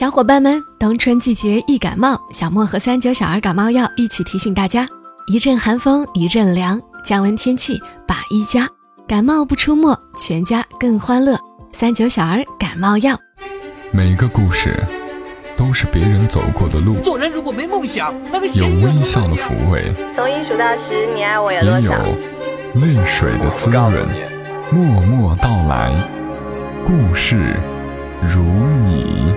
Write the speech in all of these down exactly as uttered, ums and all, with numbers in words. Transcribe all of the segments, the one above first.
小伙伴们，冬春季节易感冒，小莫和三九小儿感冒药一起提醒大家，一阵寒风一阵凉，降温天气把衣加，感冒不出没，全家更欢乐。三九小儿感冒药。 每个故事都是别人走过的路， 做人如果没梦想，那个有微笑的抚慰， 从一数到十，你爱我有多少？ 也有泪水的滋润。默默到来，故事如你。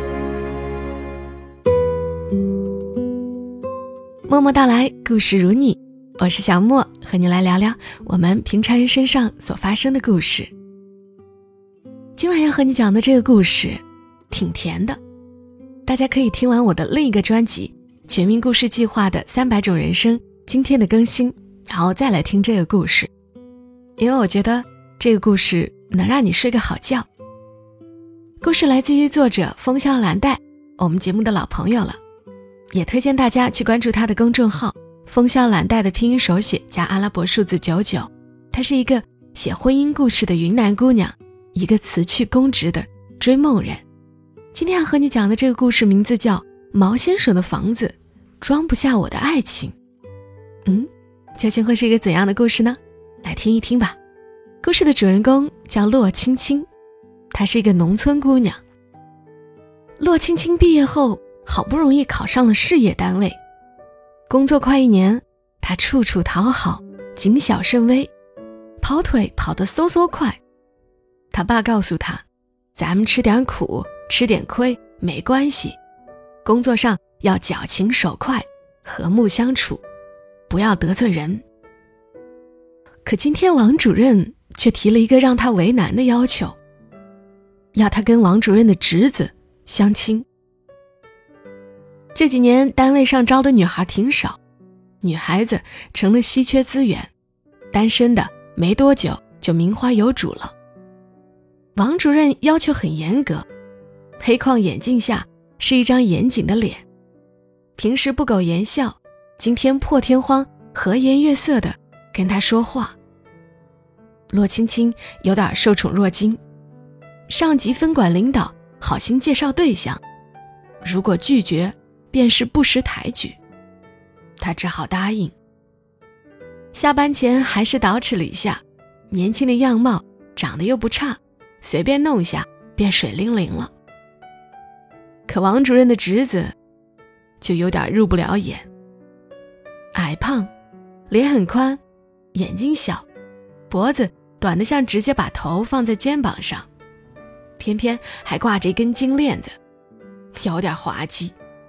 默默到来，故事如你，我是小莫，和你来聊聊我们平常人身上所发生的故事。今晚要和你讲的这个故事挺甜的，大家可以听完我的另一个专辑《全民故事计划》的三百种人生今天的更新，然后再来听这个故事，因为我觉得这个故事能让你睡个好觉。故事来自于作者风萧蓝带，我们节目的老朋友了，也推荐大家去关注他的公众号风萧蓝带的拼音手写加阿拉伯数字九九。她是一个写婚姻故事的云南姑娘，一个辞去公职的追梦人。今天要和你讲的这个故事名字叫毛先生的房子装不下我的爱情。嗯，究竟会是一个怎样的故事呢？来听一听吧。故事的主人公叫骆青青，她是一个农村姑娘。骆青青毕业后好不容易考上了事业单位，工作快一年，她处处讨好，谨小慎微，跑腿跑得嗖嗖快。他爸告诉他，咱们吃点苦吃点亏没关系，工作上要脚勤手快，和睦相处，不要得罪人。可今天王主任却提了一个让他为难的要求，要他跟王主任的侄子相亲。这几年单位上招的女孩挺少，女孩子成了稀缺资源，单身的没多久就名花有主了。王主任要求很严格，黑框眼镜下是一张严谨的脸，平时不苟言笑，今天破天荒和颜悦色地跟他说话。骆青青有点受宠若惊，上级分管领导好心介绍对象，如果拒绝便是不识抬举，他只好答应。下班前还是捯饬了一下，年轻的样貌，长得又不差，随便弄下便水灵灵了。可王主任的侄子就有点入不了眼，矮胖，脸很宽，眼睛小，脖子短得像直接把头放在肩膀上，偏偏还挂着一根金链子，有点滑稽。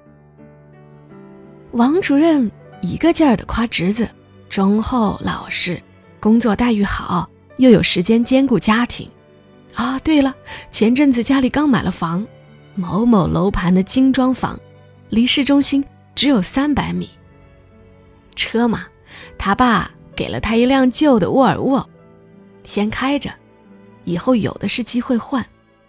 王主任一个劲儿地夸侄子忠厚老实，工作待遇好，又有时间兼顾家庭。啊，对了，前阵子家里刚买了房，某某楼盘的精装房，离市中心只有三百米。车嘛，他爸给了他一辆旧的沃尔沃，先开着，以后有的是机会换。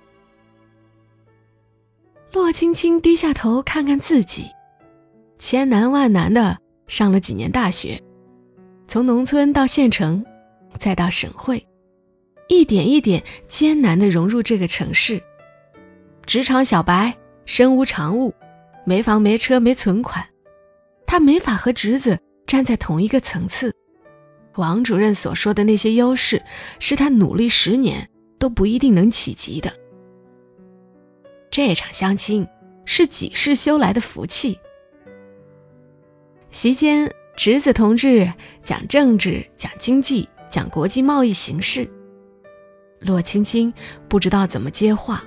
骆青青低下头看看自己，千难万难的上了几年大学，从农村到县城，再到省会，一点一点艰难地融入这个城市。职场小白，身无长物，没房没车没存款，他没法和侄子站在同一个层次。王主任所说的那些优势，是他努力十年都不一定能企及的。这场相亲是几世修来的福气。席间，侄子同志讲政治，讲经济，讲国际贸易形势。骆青青不知道怎么接话，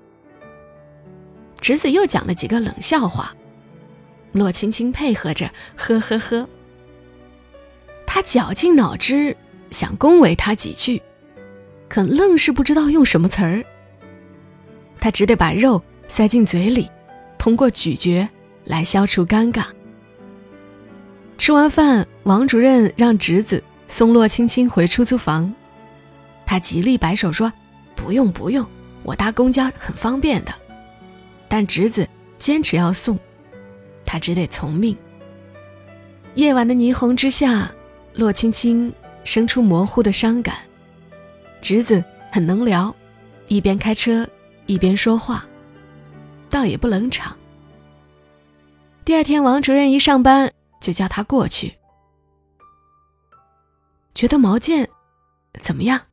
侄子又讲了几个冷笑话，骆青青配合着呵呵呵。他绞尽脑汁想恭维他几句，可愣是不知道用什么词儿。他只得把肉塞进嘴里，通过咀嚼来消除尴尬。吃完饭，王主任让侄子送骆青青回出租房，他极力摆手说不用不用，我搭公交很方便的。但侄子坚持要送，他只得从命。夜晚的霓虹之下，骆青青生出模糊的伤感。侄子很能聊，一边开车一边说话。 倒也不冷场。第二天王主任一上班就叫他过去，觉得毛健怎么样？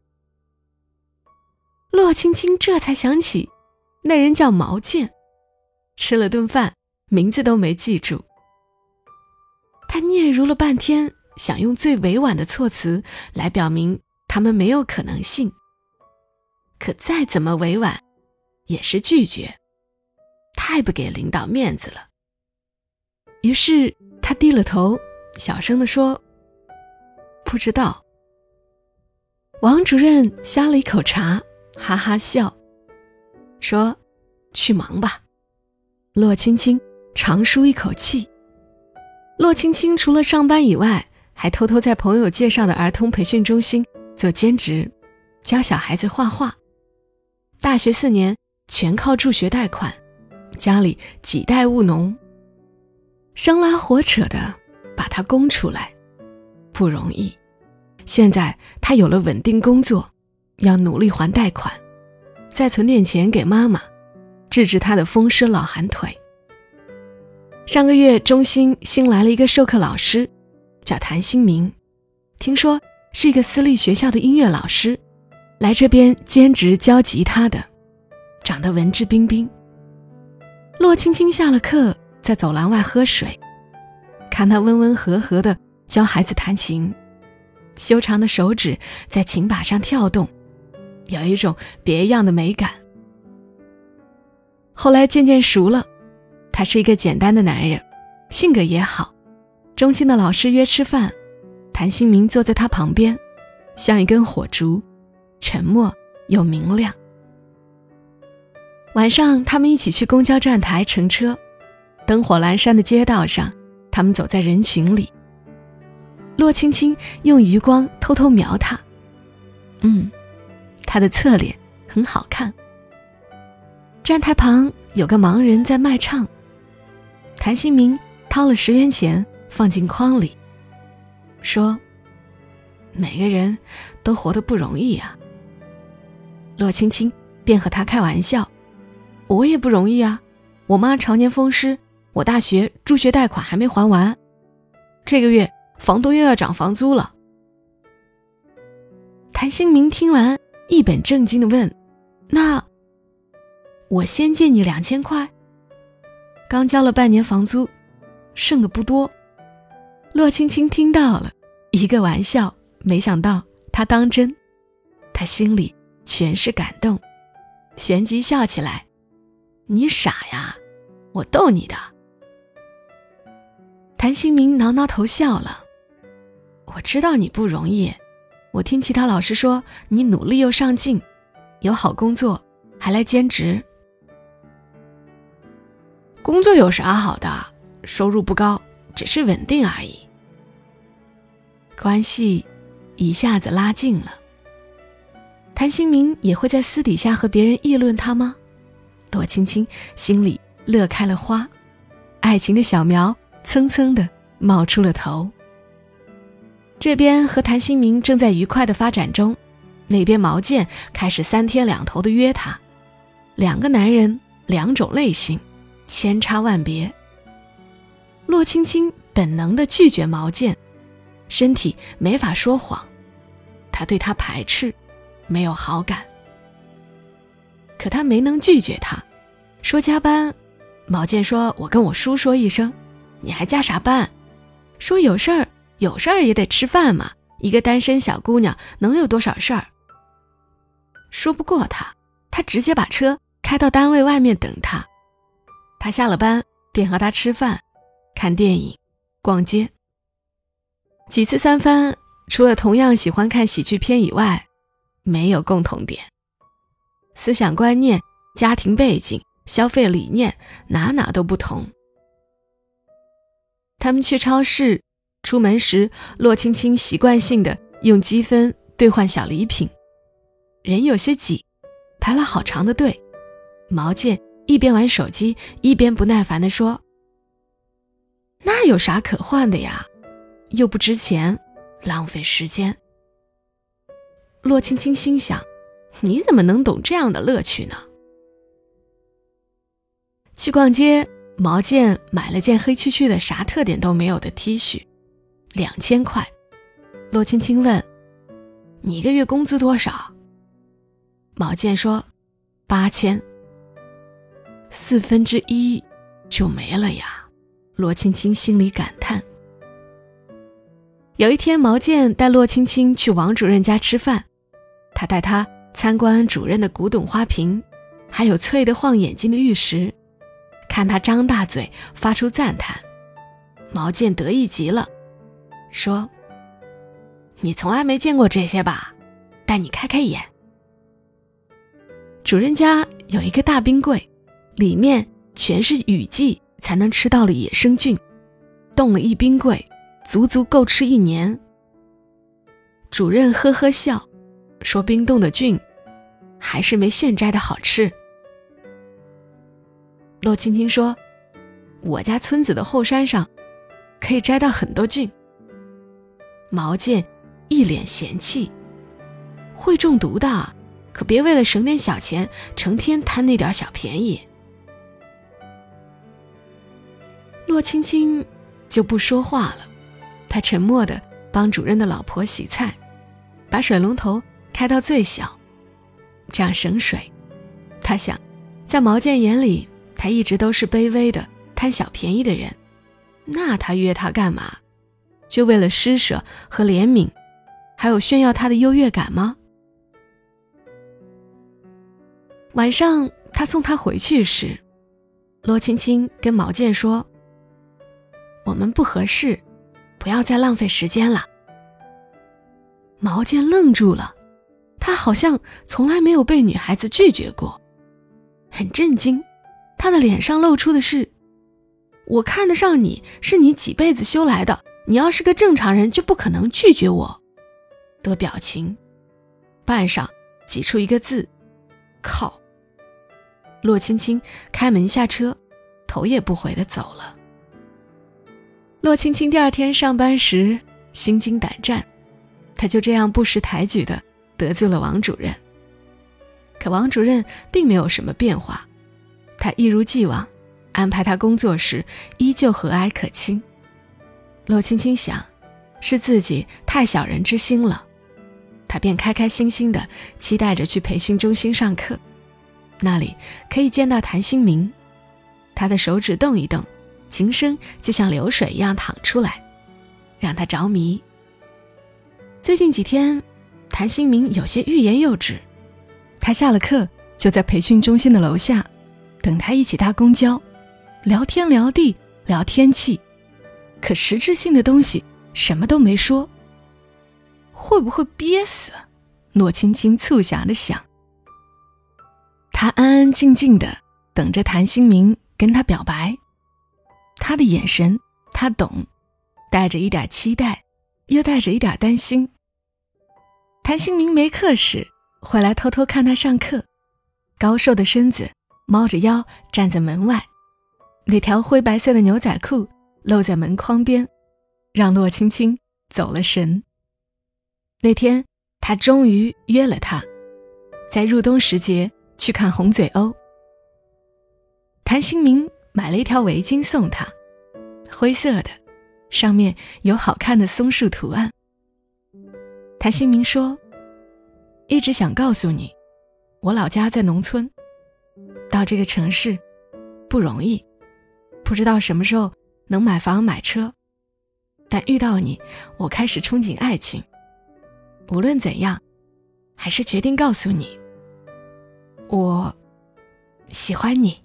洛青青这才想起那人叫毛健，吃了顿饭名字都没记住。他嗫嚅了半天，想用最委婉的措辞来表明他们没有可能性，可再怎么委婉也是拒绝，太不给领导面子了。于是他低了头，小声地说：不知道。王主任呷了一口茶，哈哈笑，说：去忙吧。洛青青长舒一口气。洛青青除了上班以外，还偷偷在朋友介绍的儿童培训中心做兼职，教小孩子画画。大学四年全靠助学贷款，家里几代务农，生拉活扯的把他供出来，不容易。现在他有了稳定工作，要努力还贷款，再存点钱给妈妈，治治他的风湿老寒腿。上个月中心新来了一个授课老师，叫谭新明，听说是一个私立学校的音乐老师，来这边兼职教吉他的，长得文质彬彬。洛青青下了课在走廊外喝水，看他温温和和地教孩子弹琴，修长的手指在琴把上跳动，有一种别样的美感。后来渐渐熟了，他是一个简单的男人，性格也好。中心的老师约吃饭，谭新明坐在他旁边，像一根火烛，沉默又明亮。晚上他们一起去公交站台乘车，灯火阑珊的街道上，他们走在人群里。洛青青用余光偷偷瞄他，嗯，他的侧脸很好看。站台旁有个盲人在卖唱，谭新明掏了十元钱放进筐里，说：每个人都活得不容易啊。洛青青便和他开玩笑：我也不容易啊，我妈常年风湿，我大学助学贷款还没还完，这个月房东又要涨房租了。谭新明听完一本正经地问：那我先借你两千块？刚交了半年房租，剩的不多。洛青青听到了，一个玩笑，没想到他当真，他心里全是感动，旋即笑起来：你傻呀，我逗你的。谭新明挠挠头笑了：我知道你不容易，我听其他老师说你努力又上进，有好工作还来兼职。工作有啥好的，收入不高，只是稳定而已。关系一下子拉近了。谭新明也会在私底下和别人议论他吗？洛青青心里乐开了花，爱情的小苗蹭蹭地冒出了头。这边和谭新明正在愉快的发展中，那边毛健开始三天两头的约他。两个男人，两种类型，千差万别。洛青青本能地拒绝毛健，身体没法说谎，他对他排斥，没有好感。可他没能拒绝他，说加班，毛健说我跟我叔说一声，你还加啥班？说有事儿，有事儿也得吃饭嘛，一个单身小姑娘能有多少事儿？说不过他，他直接把车开到单位外面等他。他下了班便和他吃饭、看电影、逛街。几次三番，除了同样喜欢看喜剧片以外，没有共同点。思想观念、家庭背景、消费理念哪哪都不同。他们去超市，出门时洛青青习惯性的用积分兑换小礼品，人有些挤，排了好长的队。毛健一边玩手机一边不耐烦地说：那有啥可换的呀，又不值钱，浪费时间。洛青青心想，你怎么能懂这样的乐趣呢？ 去逛街，毛健买了件黑黢黢的啥特点都没有的 T 恤，两千块。骆青青问：你一个月工资多少？毛健说：八千。四分之一就没了呀，骆青青心里感叹。有一天，毛健带骆青青去王主任家吃饭，他带她参观主任的古董花瓶，还有翠得晃眼睛的玉石，看他张大嘴发出赞叹。毛健得意极了，说：你从来没见过这些吧，带你开开眼。主任家有一个大冰柜，里面全是雨季才能吃到的野生菌，冻了一冰柜，足足够吃一年。主任呵呵笑，说冰冻的菌还是没现摘的好吃。骆青青说：我家村子的后山上可以摘到很多菌。毛健一脸嫌弃：会中毒的，可别为了省点小钱成天贪那点小便宜。骆青青就不说话了，她沉默地帮主任的老婆洗菜，把水龙头开到最小，这样省水。她想，在毛健眼里，他一直都是卑微的贪小便宜的人，那他约他干嘛？就为了施舍和怜悯，还有炫耀他的优越感吗？晚上他送他回去时，骆青青跟毛健说：我们不合适，不要再浪费时间了。毛健愣住了，他好像从来没有被女孩子拒绝过，很震惊。他的脸上露出的是：我看得上你，是你几辈子修来的，你要是个正常人就不可能拒绝我的表情。半晌挤出一个字：靠。骆青青开门下车，头也不回地走了。骆青青第二天上班时心惊胆战，他就这样不识抬举地得罪了王主任。可王主任并没有什么变化，他一如既往安排他工作时依旧和蔼可亲。骆青青想，是自己太小人之心了，他便开开心心地期待着去培训中心上课，那里可以见到谭新明。他的手指动一动，琴声就像流水一样淌出来，让他着迷。最近几天，谭新明有些欲言又止，他下了课就在培训中心的楼下等他一起搭公交，聊天聊地聊天气，可实质性的东西什么都没说。会不会憋死？骆青青促狭地想。他安安静静地等着谭新明跟他表白，他的眼神他懂，带着一点期待，又带着一点担心。谭新明没课时会来偷偷看他上课，高瘦的身子猫着腰站在门外，那条灰白色的牛仔裤露在门框边，让骆青青走了神。那天他终于约了他，在入冬时节去看红嘴鸥。谭新明买了一条围巾送他，灰色的，上面有好看的松树图案。谭新明说：一直想告诉你，我老家在农村，到这个城市不容易，不知道什么时候能买房买车，但遇到你，我开始憧憬爱情。无论怎样，还是决定告诉你，我喜欢你。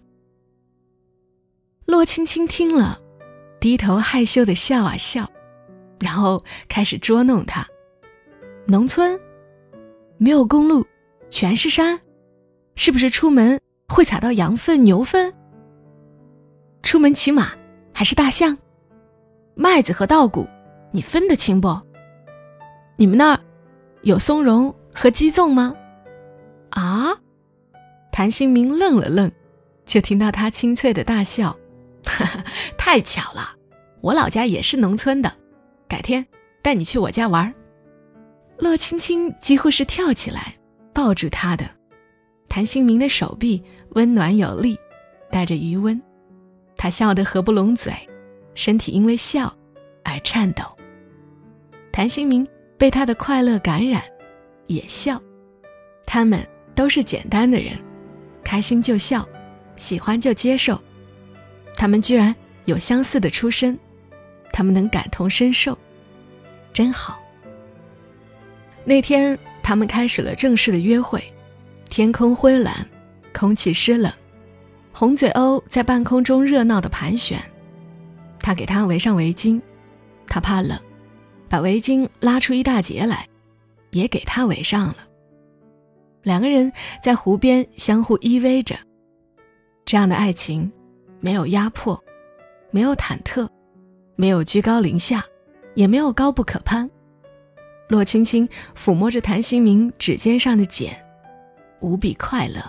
骆青青听了，低头害羞地笑啊笑，然后开始捉弄他。农村没有公路，全是山，是不是出门会踩到羊粪牛粪？出门骑马还是大象？麦子和稻谷你分得清不？你们那儿有松茸和鸡枞吗？啊？谭新明愣了愣，就听到他清脆的大笑。哈哈，太巧了，我老家也是农村的，改天带你去我家玩。骆青青几乎是跳起来抱住他的，谭新明的手臂温暖有力， 带着余温，他笑得合不拢嘴，身体因为笑而颤抖。谭新明被他的快乐感染，也笑。他们都是简单的人，开心就笑，喜欢就接受。他们居然有相似的出身，他们能感同身受，真好。那天他们开始了正式的约会，天空灰蓝，空气湿冷，红嘴鸥在半空中热闹地盘旋。他给她围上围巾，她怕冷，把围巾拉出一大截来，也给她围上了。两个人在湖边相互依偎着，这样的爱情没有压迫，没有忐忑，没有居高临下，也没有高不可攀。洛青青抚摸着谭新明指尖上的茧，无比快乐。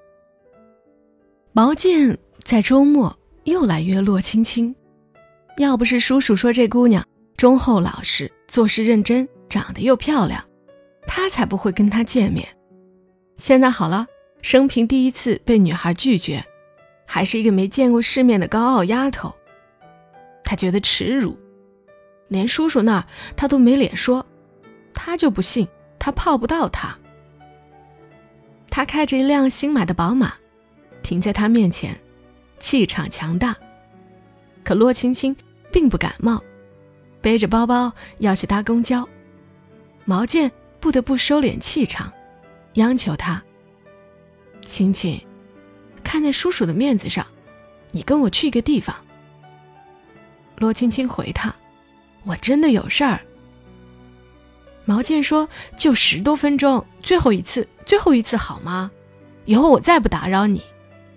毛健在周末又来约洛青青，要不是叔叔说这姑娘忠厚老实，做事认真，长得又漂亮，他才不会跟她见面。现在好了，生平第一次被女孩拒绝，还是一个没见过世面的高傲丫头，他觉得耻辱，连叔叔那儿他都没脸说，他就不信他泡不到他。他开着一辆新买的宝马停在他面前，气场强大。可洛青青并不感冒，背着包包要去搭公交。毛健不得不收敛气场，央求他：青青，看在叔叔的面子上，你跟我去一个地方。洛青青回他：我真的有事儿。毛健说：就十多分钟，最后一次，最后一次好吗？以后我再不打扰你。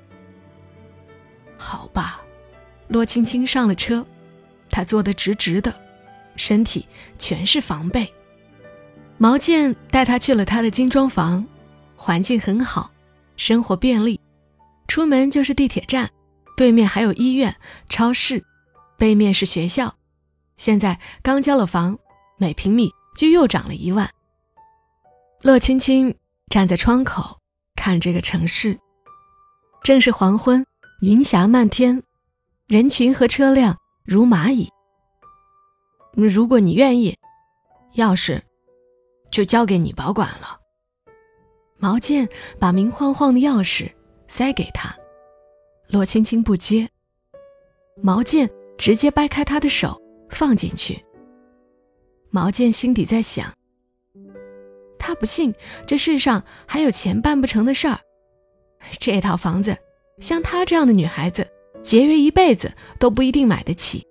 好吧。洛青青上了车，她坐得直直的，身体全是防备。毛健带她去了他的精装房，环境很好，生活便利，出门就是地铁站，对面还有医院、超市，背面是学校。现在刚交了房，每平米就又涨了一万。洛青青站在窗口看这个城市，正是黄昏，云霞漫天，人群和车辆如蚂蚁。如果你愿意，钥匙就交给你保管了。毛健把明晃晃的钥匙塞给他，洛青青不接，毛健直接掰开他的手放进去。毛健心底在想，他不信这世上还有钱办不成的事儿，这套房子像她这样的女孩子节约一辈子都不一定买得起。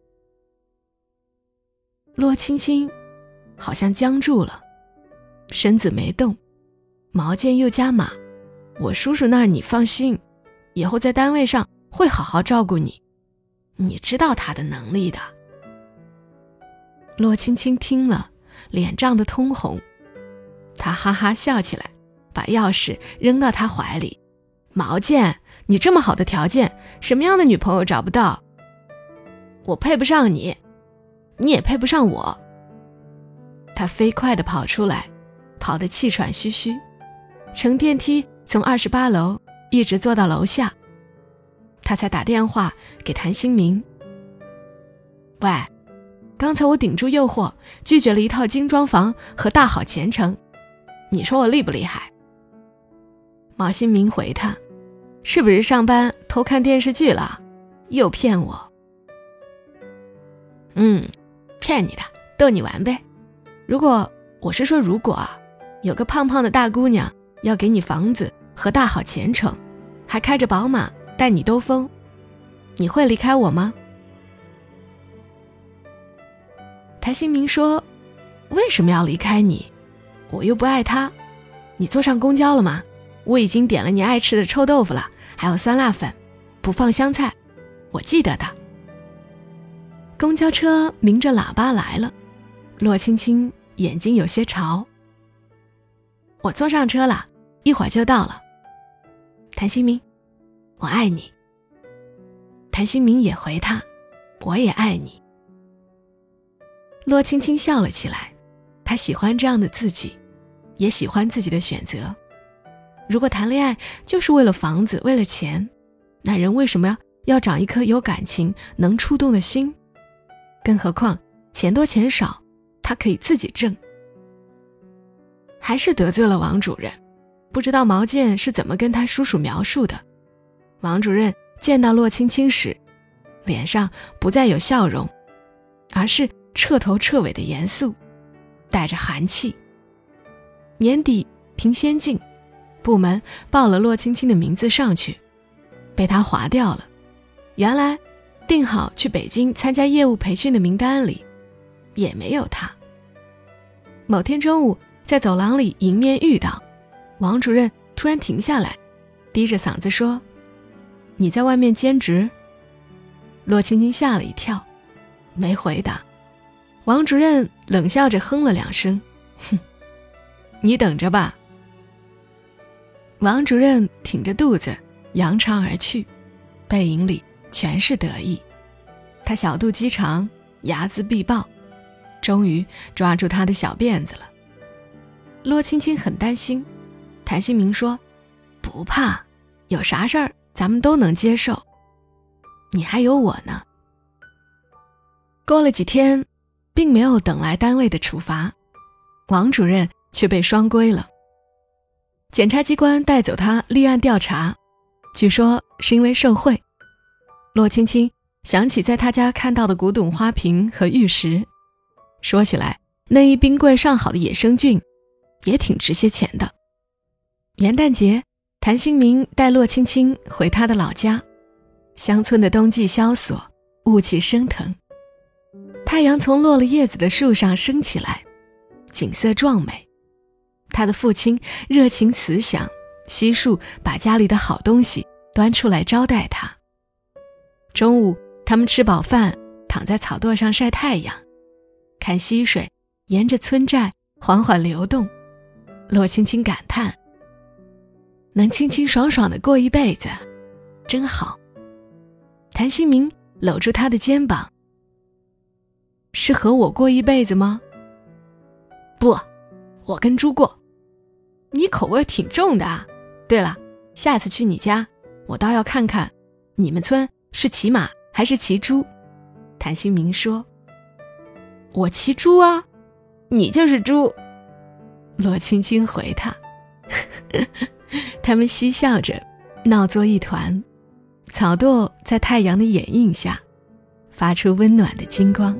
洛青青好像僵住了，身子没动。毛健又加码：我叔叔那儿你放心，以后在单位上会好好照顾你，你知道他的能力的。洛青青听了，脸涨得通红，她哈哈笑起来，把钥匙扔到他怀里：毛健，你这么好的条件，什么样的女朋友找不到？我配不上你，你也配不上我。他飞快地跑出来，跑得气喘吁吁，乘电梯从二十八楼一直坐到楼下。他才打电话给谭新明：喂，刚才我顶住诱惑，拒绝了一套精装房和大好前程，你说我厉不厉害？毛新明回他：是不是上班偷看电视剧了？又骗我。嗯，骗你的，逗你玩呗。如果，我是说如果啊，有个胖胖的大姑娘要给你房子和大好前程，还开着宝马带你兜风，你会离开我吗？谭新明说：为什么要离开你？我又不爱他。你坐上公交了吗？我已经点了你爱吃的臭豆腐了，还有酸辣粉，不放香菜，我记得的。公交车鸣着喇叭来了，洛青青眼睛有些潮。我坐上车了，一会儿就到了。谭新明，我爱你。谭新明也回他：我也爱你。洛青青笑了起来，她喜欢这样的自己，也喜欢自己的选择。如果谈恋爱就是为了房子，为了钱， 那人为什么要长一颗有感情能触动的心？更何况钱多钱少他可以自己挣。还是得罪了王主任，不知道毛健是怎么跟他叔叔描述的。王主任见到洛青青时，脸上不再有笑容，而是彻头彻尾的严肃，带着寒气。年底评先进，部门报了洛青青的名字上去，被他划掉了。原来定好去北京参加业务培训的名单里也没有他。某天中午在走廊里迎面遇到，王主任突然停下来，低着嗓子说：你在外面兼职？洛青青吓了一跳，没回答。王主任冷笑着哼了两声，哼，你等着吧。王主任挺着肚子扬长而去，背影里全是得意。他小肚鸡肠，睚眦必报，终于抓住他的小辫子了。洛青青很担心，谭新明说：不怕，有啥事儿咱们都能接受，你还有我呢。过了几天，并没有等来单位的处罚，王主任却被双规了。检察机关带走他立案调查，据说是因为受贿。洛青青想起在他家看到的古董花瓶和玉石，说起来那一冰柜上好的野生菌也挺值些钱的。元旦节，谭新明带洛青青回他的老家，乡村的冬季萧索，雾气升腾，太阳从落了叶子的树上升起来，景色壮美。他的父亲热情慈祥，悉数把家里的好东西端出来招待他。中午他们吃饱饭，躺在草垛上晒太阳，看溪水沿着村寨缓缓流动。洛青青感叹，能清清爽爽地过一辈子真好。谭新明搂住他的肩膀，是和我过一辈子吗？不，我跟猪过。你口味挺重的啊。对了，下次去你家，我倒要看看你们村是骑马还是骑猪。谭新明说：我骑猪啊，你就是猪。洛青青回他。他们嬉笑着闹作一团，草垛在太阳的掩映下发出温暖的金光。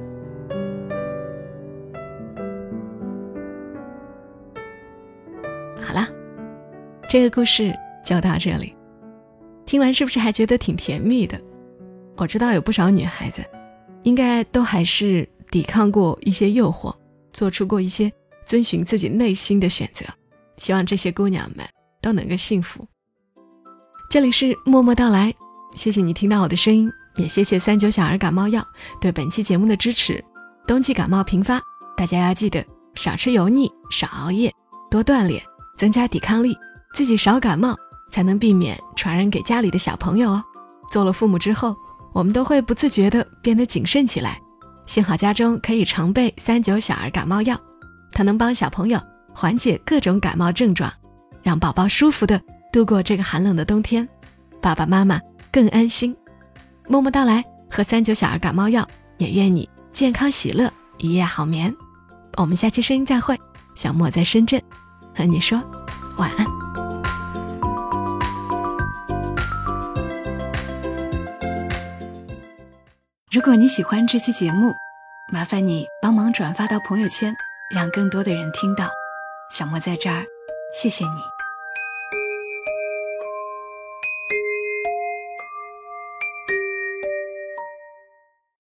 好了，这个故事就到这里。听完是不是还觉得挺甜蜜的？我知道有不少女孩子应该都还是抵抗过一些诱惑，做出过一些遵循自己内心的选择。希望这些姑娘们都能够幸福。这里是默默到来，谢谢你听到我的声音，也谢谢三九小儿感冒药对本期节目的支持。冬季感冒频发，大家要记得少吃油腻，少熬夜，多锻炼，增加抵抗力，自己少感冒，才能避免传染给家里的小朋友哦。做了父母之后，我们都会不自觉地变得谨慎起来。幸好家中可以常备三九小儿感冒药，它能帮小朋友缓解各种感冒症状，让宝宝舒服地度过这个寒冷的冬天，爸爸妈妈更安心。默默到来和三九小儿感冒药也愿你健康喜乐，一夜好眠。我们下期声音再会，小莫在深圳和你说晚安。如果你喜欢这期节目，麻烦你帮忙转发到朋友圈，让更多的人听到。小莫在这儿，谢谢你。